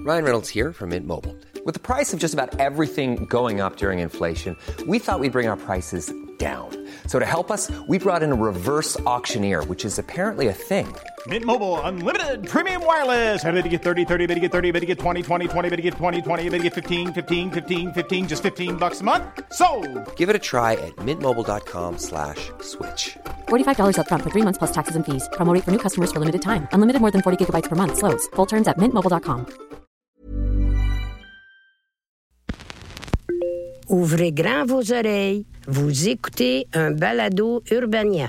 Ryan Reynolds here from Mint Mobile. With the price of just about everything going up during inflation, we thought we'd bring our prices down. So to help us, we brought in a reverse auctioneer, which is apparently a thing. Mint Mobile Unlimited Premium Wireless. How to get 30, 30, bit to get 30, bit to get 20, 20, 20, bit to get 20, 20, bit to get 15, 15, 15, 15, just $15 a month? Sold! Give it a try at mintmobile.com/switch. $45 up front for 3 months plus taxes and fees. Promo rate for new customers for limited time. Unlimited more than 40 gigabytes per month. Slows full terms at mintmobile.com. Ouvrez grand vos oreilles. Vous écoutez un balado Urbania.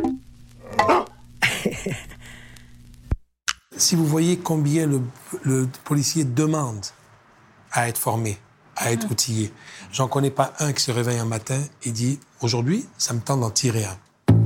Si vous voyez combien le policier demande à être formé, à être outillé, j'en connais pas un qui se réveille un matin et dit « Aujourd'hui, ça me tente d'en tirer un ».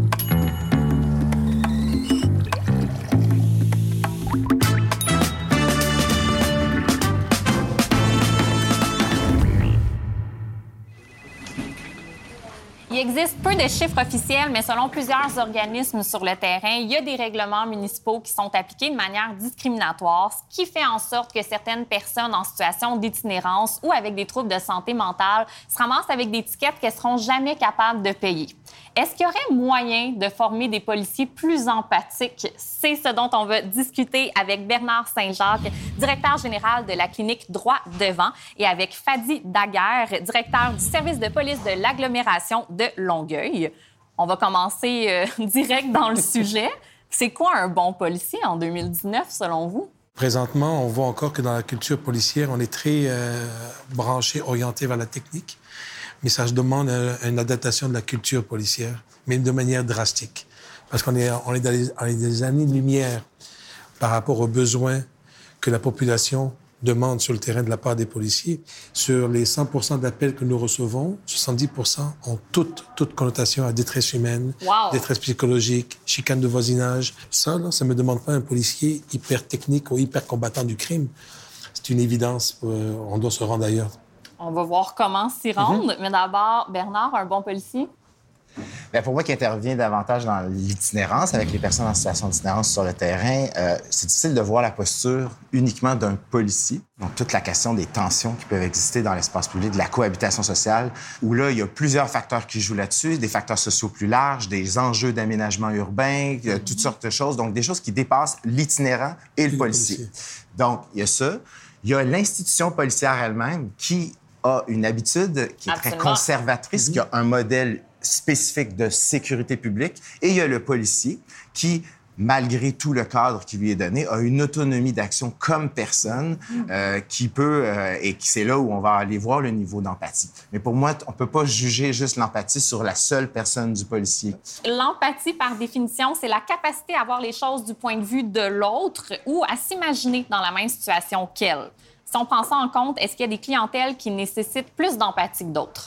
Il existe peu de chiffres officiels, mais selon plusieurs organismes sur le terrain, il y a des règlements municipaux qui sont appliqués de manière discriminatoire, ce qui fait en sorte que certaines personnes en situation d'itinérance ou avec des troubles de santé mentale se ramassent avec des tickets qu'elles ne seront jamais capables de payer. Est-ce qu'il y aurait moyen de former des policiers plus empathiques? C'est ce dont on va discuter avec Bernard Saint-Jacques, directeur général de la clinique Droit Devant, et avec Fadi Daguerre, directeur du service de police de l'agglomération de Longueuil. On va commencer direct dans le sujet. C'est quoi un bon policier en 2019, selon vous? Présentement, on voit encore que dans la culture policière, on est très branché, orienté vers la technique. Mais ça demande une adaptation de la culture policière, mais de manière drastique. Parce qu'on est dans des années-lumière par rapport aux besoins que la population demande sur le terrain de la part des policiers. Sur les 100% d'appels que nous recevons, 70% ont toute connotation à détresse humaine, détresse psychologique, chicane de voisinage. Ça ne me demande pas un policier hyper technique ou hyper combattant du crime. C'est une évidence. On doit se rendre ailleurs. On va voir comment s'y rendre. Mais d'abord, Bernard, un bon policier? Bien, pour moi, qui intervient davantage dans l'itinérance, avec les personnes en situation d'itinérance sur le terrain, c'est difficile de voir la posture uniquement d'un policier. Donc, toute la question des tensions qui peuvent exister dans l'espace public, de la cohabitation sociale, où là, il y a plusieurs facteurs qui jouent là-dessus, des facteurs sociaux plus larges, des enjeux d'aménagement urbain, toutes sortes de choses. Donc, des choses qui dépassent l'itinérant et le policier. Donc, il y a ça. Il y a l'institution policière elle-même qui a une habitude qui est très conservatrice, qui a un modèle spécifique de sécurité publique. Et il y a le policier qui, malgré tout le cadre qui lui est donné, a une autonomie d'action comme personne qui peut... et c'est là où on va aller voir le niveau d'empathie. Mais pour moi, on ne peut pas juger juste l'empathie sur la seule personne du policier. L'empathie, par définition, c'est la capacité à voir les choses du point de vue de l'autre ou à s'imaginer dans la même situation qu'elle. Si on prend ça en compte, est-ce qu'il y a des clientèles qui nécessitent plus d'empathie que d'autres?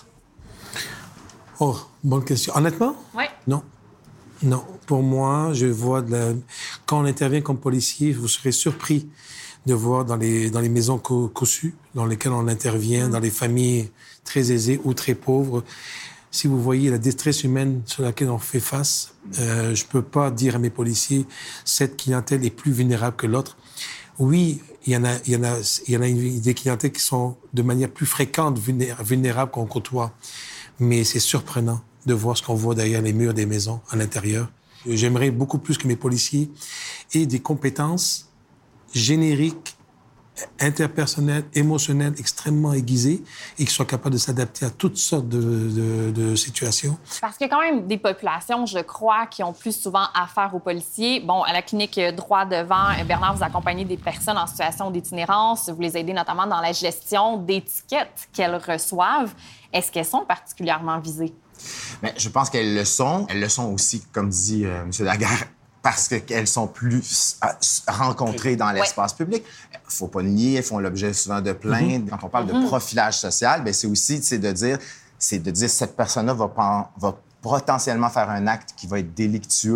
Oh, bonne question. Honnêtement? Oui. Non. Non. Pour moi, je vois quand on intervient comme policier, vous serez surpris de voir dans les maisons cossues dans lesquelles on intervient, dans les familles très aisées ou très pauvres. Si vous voyez la détresse humaine sur laquelle on fait face, je peux pas dire à mes policiers, cette clientèle est plus vulnérable que l'autre. Oui, il y en a des clientèles qui sont de manière plus fréquente vulnérables qu'on côtoie. Mais c'est surprenant de voir ce qu'on voit derrière les murs des maisons, à l'intérieur. J'aimerais beaucoup plus que mes policiers aient des compétences génériques, interpersonnelles, émotionnelles extrêmement aiguisées et qu'ils soient capables de s'adapter à toutes sortes de situations. Parce qu'il y a quand même des populations, je crois, qui ont plus souvent affaire aux policiers. Bon, à la clinique Droit Devant, Bernard, vous accompagnez des personnes en situation d'itinérance. Vous les aidez notamment dans la gestion des tickets qu'elles reçoivent. Est-ce qu'elles sont particulièrement visées? Bien, je pense qu'elles le sont. Elles le sont aussi, comme dit M. Daguerre, parce qu'elles sont plus rencontrées dans l'espace public. Il ne faut pas nier, elles font l'objet souvent de plaintes. Quand on parle de profilage social, bien, c'est aussi de dire cette personne-là va potentiellement faire un acte qui va être délictueux.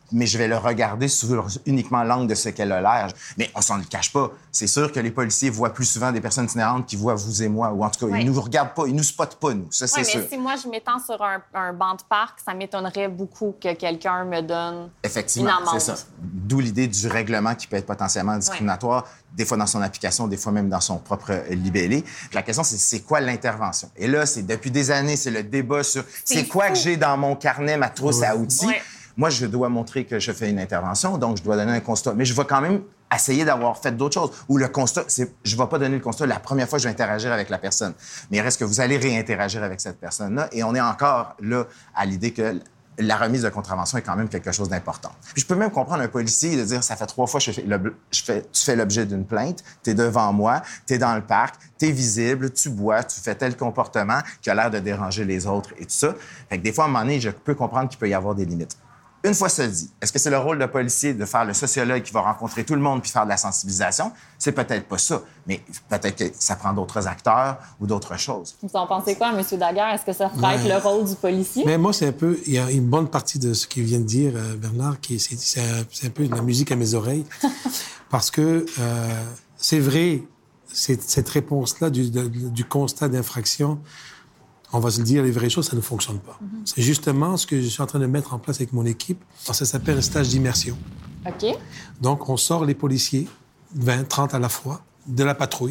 mais je vais le regarder sur uniquement l'angle de ce qu'elle a l'air. Mais on s'en le cache pas. C'est sûr que les policiers voient plus souvent des personnes itinérantes qui voient vous et moi, ou en tout cas, ils nous regardent pas, ils nous spotent pas, nous. Ça, c'est sûr. Mais si moi, je m'étends sur un banc de parc, ça m'étonnerait beaucoup que quelqu'un me donne Effectivement, une amende. c'est ça. D'où l'idée du règlement qui peut être potentiellement discriminatoire, des fois dans son application, des fois même dans son propre libellé. Puis la question, c'est quoi l'intervention? Et là, c'est depuis des années, c'est le débat sur c'est quoi que j'ai dans mon carnet, ma trousse à outils. Ouais. Moi, je dois montrer que je fais une intervention, donc je dois donner un constat. Mais je vais quand même essayer d'avoir fait d'autres choses. Ou le constat, je ne vais pas donner le constat la première fois que je vais interagir avec la personne. Mais il reste que vous allez réinteragir avec cette personne-là. Et on est encore là à l'idée que la remise de contravention est quand même quelque chose d'important. Puis je peux même comprendre un policier de dire, ça fait 3 fois que tu fais l'objet d'une plainte, tu es devant moi, tu es dans le parc, tu es visible, tu bois, tu fais tel comportement qui a l'air de déranger les autres et tout ça. Fait que des fois, à un moment donné, je peux comprendre qu'il peut y avoir des limites. Une fois ça dit, est-ce que c'est le rôle de policier de faire le sociologue qui va rencontrer tout le monde puis faire de la sensibilisation? C'est peut-être pas ça, mais peut-être que ça prend d'autres acteurs ou d'autres choses. Vous en pensez quoi, M. Daguerre? Est-ce que ça pourrait être le rôle du policier? Mais moi, il y a une bonne partie de ce qu'il vient de dire, Bernard, c'est un peu de la musique à mes oreilles. Parce que c'est vrai, cette réponse-là du constat d'infraction, on va se le dire, les vraies choses, ça ne fonctionne pas. C'est justement ce que je suis en train de mettre en place avec mon équipe. Ça s'appelle un stage d'immersion. OK. Donc, on sort les policiers, 20, 30 à la fois, de la patrouille.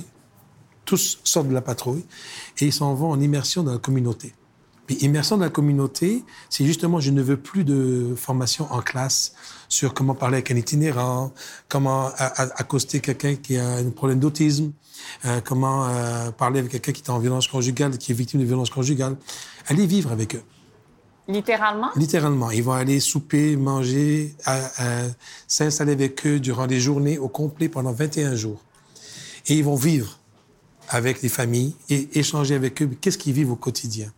Tous sortent de la patrouille et ils s'en vont en immersion dans la communauté. Puis immersion dans la communauté, c'est justement, je ne veux plus de formation en classe sur comment parler avec un itinérant, comment accoster quelqu'un qui a un problème d'autisme, comment parler avec quelqu'un qui est en violence conjugale, qui est victime de violence conjugale. Allez vivre avec eux. Littéralement? Littéralement. Ils vont aller souper, manger, s'installer avec eux durant des journées au complet pendant 21 jours. Et ils vont vivre avec les familles et échanger avec eux qu'est-ce qu'ils vivent au quotidien.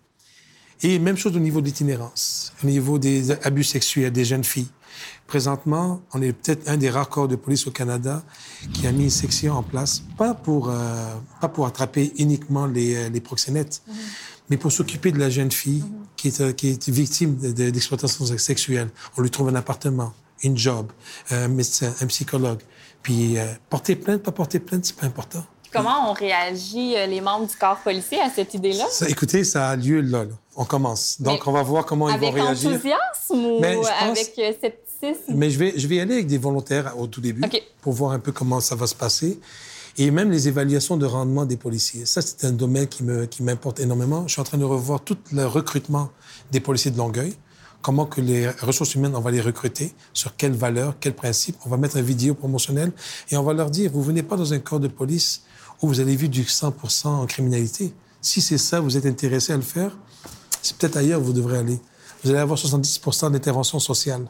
Et même chose au niveau de l'itinérance, au niveau des abus sexuels des jeunes filles. Présentement, on est peut-être un des rares corps de police au Canada qui a mis une section en place, pas pour attraper uniquement les proxénètes, mais pour s'occuper de la jeune fille qui est victime d'exploitation sexuelle. On lui trouve un appartement, une job, un médecin, un psychologue. Puis porter plainte, pas porter plainte, c'est pas important. Comment ont réagi les membres du corps policier à cette idée-là? Écoutez, ça a lieu là. On commence. Donc, on va voir comment ils vont réagir. Avec enthousiasme ou avec scepticisme? Mais je vais y aller avec des volontaires au tout début pour voir un peu comment ça va se passer. Et même les évaluations de rendement des policiers. Ça, c'est un domaine qui m'importe énormément. Je suis en train de revoir tout le recrutement des policiers de Longueuil. Comment que les ressources humaines, on va les recruter, sur quelles valeurs, quels principes. On va mettre une vidéo promotionnelle et on va leur dire, vous venez pas dans un corps de police où vous avez vu du 100% en criminalité. Si c'est ça, vous êtes intéressé à le faire, c'est peut-être ailleurs où vous devrez aller. Vous allez avoir 70% d'intervention sociale.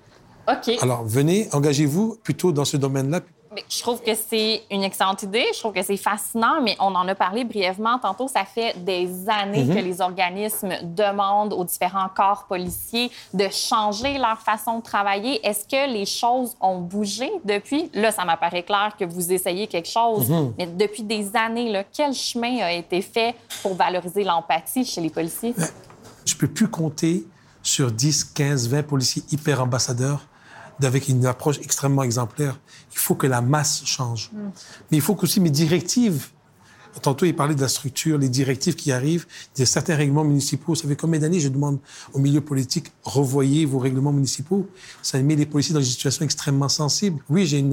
OK. Alors, venez, engagez-vous plutôt dans ce domaine-là. Mais je trouve que c'est une excellente idée. Je trouve que c'est fascinant, mais on en a parlé brièvement tantôt. Ça fait des années que les organismes demandent aux différents corps policiers de changer leur façon de travailler. Est-ce que les choses ont bougé depuis? Là, ça m'apparaît clair que vous essayez quelque chose, mais depuis des années, là, quel chemin a été fait pour valoriser l'empathie chez les policiers? Je ne peux plus compter sur 10, 15, 20 policiers hyper ambassadeurs avec une approche extrêmement exemplaire. Il faut que la masse change. Mais il faut qu'aussi mes directives, tantôt il parlait de la structure, les directives qui arrivent, de certains règlements municipaux. Ça fait combien d'années je demande au milieu politique, revoyez vos règlements municipaux. Ça met les policiers dans une situation extrêmement sensible. Oui, j'ai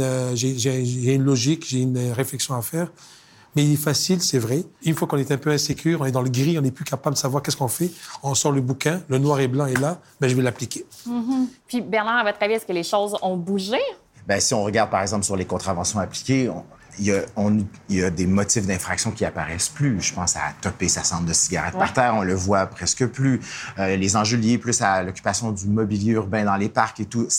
une logique, j'ai une réflexion à faire. Mais il est facile, c'est vrai. Une fois qu'on est un peu insécure, on est dans le gris, on n'est plus capable de savoir qu'est-ce qu'on fait. On sort le bouquin, le noir et blanc est là, je vais l'appliquer. Puis Bernard, à votre avis, est-ce que les choses ont bougé? Bien, si on regarde, par exemple, sur les contraventions appliquées, il y a des motifs d'infraction qui apparaissent plus. Je pense à topper sa cendre de cigarette par terre, on le voit presque plus. Les enjeux liés plus à l'occupation du mobilier urbain dans les parcs et tout, c'était très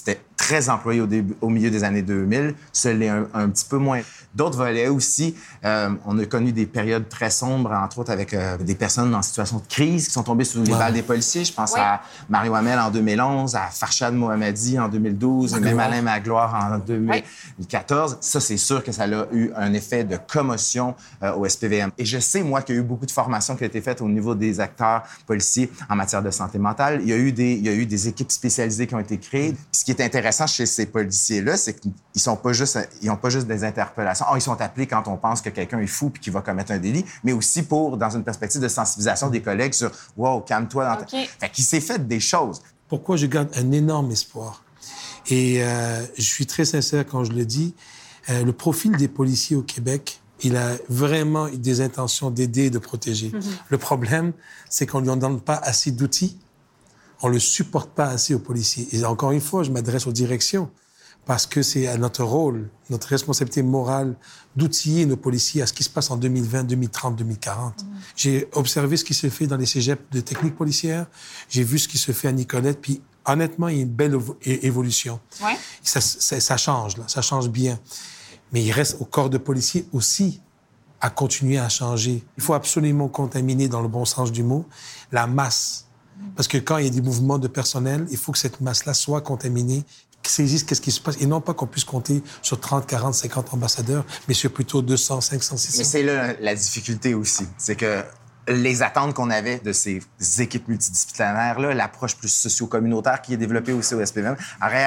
très employé au milieu des années 2000, ça l'est un petit peu moins. D'autres volets aussi, on a connu des périodes très sombres, entre autres avec des personnes en situation de crise qui sont tombées sous les balles des policiers. Je pense à Mario Hamel en 2011, à Farshad Mohammadi en 2012, et même Alain Magloire en 2014. Ça, c'est sûr que ça a eu un effet de commotion au SPVM. Et je sais, moi, qu'il y a eu beaucoup de formations qui ont été faites au niveau des acteurs policiers en matière de santé mentale. Il y a eu des équipes spécialisées qui ont été créées. Puis ce qui est intéressant chez ces policiers-là, c'est qu'ils n'ont pas juste des interpellations. Ils sont appelés quand on pense que quelqu'un est fou puis qu'il va commettre un délit, mais aussi dans une perspective de sensibilisation des collègues sur « Wow, calme-toi. » Fait qu'il s'est fait des choses. Pourquoi je garde un énorme espoir? Et je suis très sincère quand je le dis. Le profil des policiers au Québec, il a vraiment des intentions d'aider et de protéger. Le problème, c'est qu'on ne lui en donne pas assez d'outils. On ne le supporte pas assez aux policiers. Et encore une fois, je m'adresse aux directions parce que c'est à notre rôle, notre responsabilité morale d'outiller nos policiers à ce qui se passe en 2020, 2030, 2040. J'ai observé ce qui se fait dans les cégeps de technique policière. J'ai vu ce qui se fait à Nicolette. Puis, honnêtement, il y a une belle évolution. Ouais. Ça change, là. Ça change bien. Mais il reste au corps de policiers aussi à continuer à changer. Il faut absolument contaminer, dans le bon sens du mot, la masse. Parce que quand il y a des mouvements de personnel, il faut que cette masse-là soit contaminée, qu'ils saisissent qu'est-ce qui se passe, et non pas qu'on puisse compter sur 30, 40, 50 ambassadeurs, mais sur plutôt 200, 500, 600. Mais c'est là la difficulté aussi. C'est que les attentes qu'on avait de ces équipes multidisciplinaires-là, l'approche plus socio-communautaire qui est développée aussi au SPVM, aurait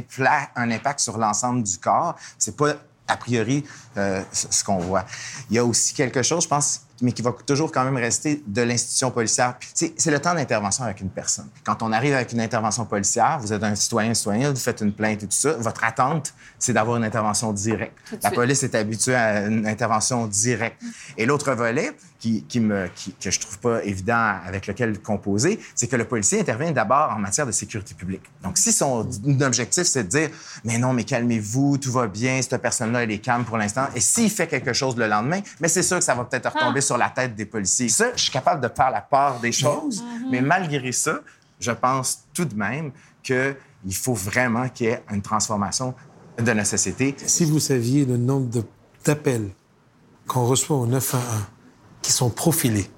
un impact sur l'ensemble du corps. C'est pas, a priori, ce qu'on voit. Il y a aussi quelque chose, je pense, mais qui va toujours quand même rester de l'institution policière. Puis, c'est le temps d'intervention avec une personne. Quand on arrive avec une intervention policière, vous êtes un citoyen, vous faites une plainte et tout ça, votre attente, c'est d'avoir une intervention directe. La police est habituée à une intervention directe. Et l'autre volet, que je trouve pas évident avec lequel composer, c'est que le policier intervient d'abord en matière de sécurité publique. Donc, si son objectif, c'est de dire « Mais non, mais calmez-vous, tout va bien, cette personne-là, elle est calme pour l'instant. » Et s'il fait quelque chose le lendemain, mais c'est sûr que ça va peut-être retomber sur la tête des policiers. Ça, je suis capable de faire la part des choses, mais malgré ça, je pense tout de même qu'il faut vraiment qu'il y ait une transformation de notre société. Si vous saviez le nombre d'appels qu'on reçoit au 911 qui sont profilés,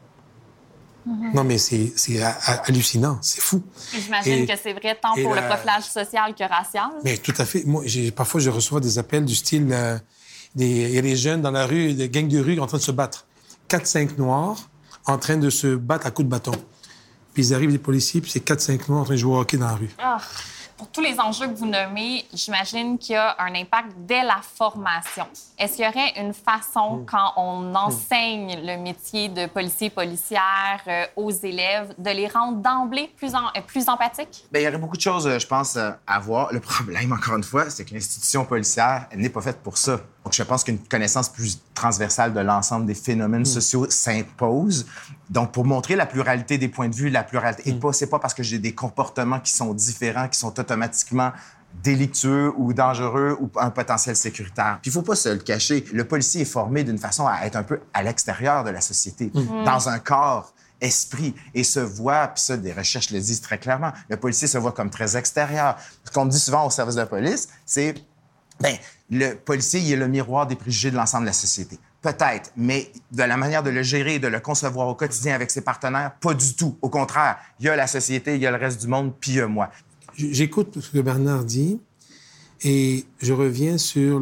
non, mais c'est hallucinant, c'est fou. J'imagine que c'est vrai tant pour le profilage social que racial. Mais tout à fait. Moi, parfois, je reçois des appels du style... il y a des jeunes dans la rue, des gangs de rue en train de se battre. 4-5 Noirs en train de se battre à coups de bâton. Puis ils arrivent, les policiers, puis c'est 4-5 Noirs en train de jouer au hockey dans la rue. Pour tous les enjeux que vous nommez, j'imagine qu'il y a un impact dès la formation. Est-ce qu'il y aurait une façon, quand on enseigne le métier de policier-policière aux élèves, de les rendre d'emblée plus empathiques? Bien, il y aurait beaucoup de choses, je pense, à voir. Le problème, encore une fois, c'est que l'institution policière n'est pas faite pour ça. Donc, je pense qu'une connaissance plus transversale de l'ensemble des phénomènes sociaux s'impose. Donc, pour montrer la pluralité des points de vue, la pluralité... Et c'est pas parce que j'ai des comportements qui sont différents, qui sont automatiquement délictueux ou dangereux ou un potentiel sécuritaire. Puis il faut pas se le cacher. Le policier est formé d'une façon à être un peu à l'extérieur de la société, dans un corps, esprit, et se voit, puis ça, des recherches le disent très clairement, le policier se voit comme très extérieur. Ce qu'on me dit souvent au service de police, c'est... le policier, il est le miroir des préjugés de l'ensemble de la société. Peut-être, mais de la manière de le gérer, de le concevoir au quotidien avec ses partenaires, pas du tout. Au contraire, il y a la société, il y a le reste du monde, puis il y a moi. J'écoute ce que Bernard dit et je reviens sur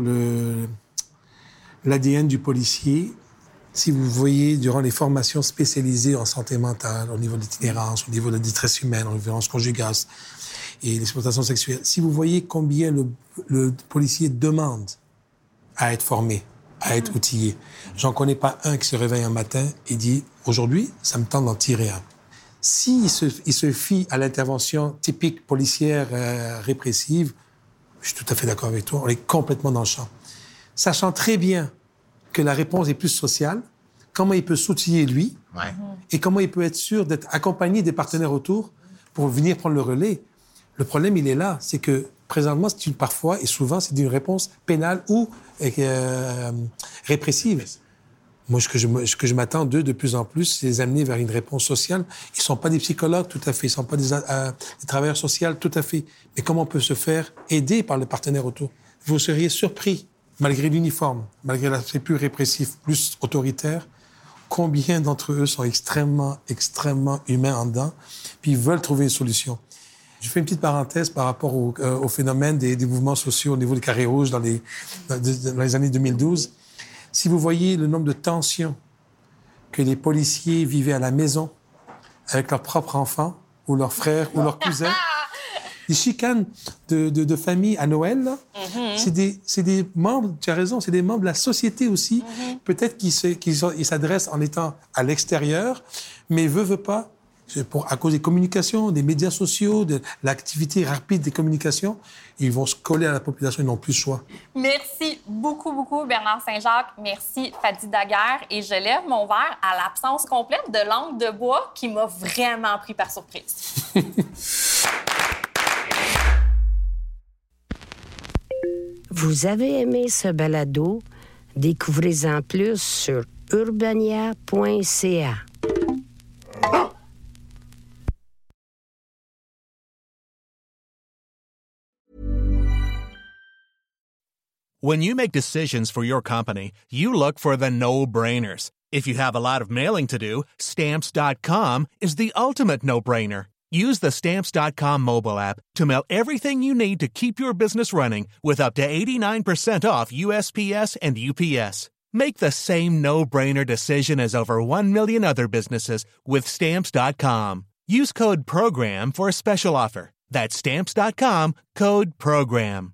l'ADN du policier. Si vous voyez, durant les formations spécialisées en santé mentale, au niveau de l'itinérance, au niveau de la détresse humaine, en violence conjugale et l'exploitation sexuelle, si vous voyez combien le policier demande à être formé, à être outillé, j'en connais pas un qui se réveille un matin et dit « Aujourd'hui, ça me tente d'en tirer un ». S'il se fie à l'intervention typique policière répressive, je suis tout à fait d'accord avec toi, on est complètement dans le champ. Sachant très bien que la réponse est plus sociale, comment il peut s'outiller lui, et comment il peut être sûr d'être accompagné des partenaires autour pour venir prendre le relais. Le problème, il est là, c'est que présentement, parfois et souvent, c'est une réponse pénale ou répressive. Moi, ce que je m'attends d'eux de plus en plus, c'est les amener vers une réponse sociale. Ils ne sont pas des psychologues, tout à fait. Ils ne sont pas des travailleurs sociaux, tout à fait. Mais comment on peut se faire aider par les partenaires autour? Vous seriez surpris, malgré l'uniforme, malgré l'aspect plus répressif, plus autoritaire, combien d'entre eux sont extrêmement, extrêmement humains en dedans, puis ils veulent trouver une solution. Je fais une petite parenthèse par rapport au phénomène des mouvements sociaux au niveau des carrés rouges dans les années 2012. Si vous voyez le nombre de tensions que les policiers vivaient à la maison avec leurs propres enfants ou leurs frères ou leurs cousins, les chicanes de famille à Noël, là, c'est des membres, tu as raison, c'est des membres de la société aussi. Peut-être qu'ils s'adressent en étant à l'extérieur, mais veut pas, à cause des communications, des médias sociaux, de l'activité rapide des communications, ils vont se coller à la population, ils n'ont plus le choix. Merci beaucoup, beaucoup, Bernard Saint-Jacques. Merci, Fadi Daguerre. Et je lève mon verre à l'absence complète de langue de bois qui m'a vraiment pris par surprise. Vous avez aimé ce balado? Découvrez-en plus sur urbania.ca. When you make decisions for your company, you look for the no-brainers. If you have a lot of mailing to do, Stamps.com is the ultimate no-brainer. Use the Stamps.com mobile app to mail everything you need to keep your business running with up to 89% off USPS and UPS. Make the same no-brainer decision as over 1 million other businesses with Stamps.com. Use code PROGRAM for a special offer. That's Stamps.com, code PROGRAM.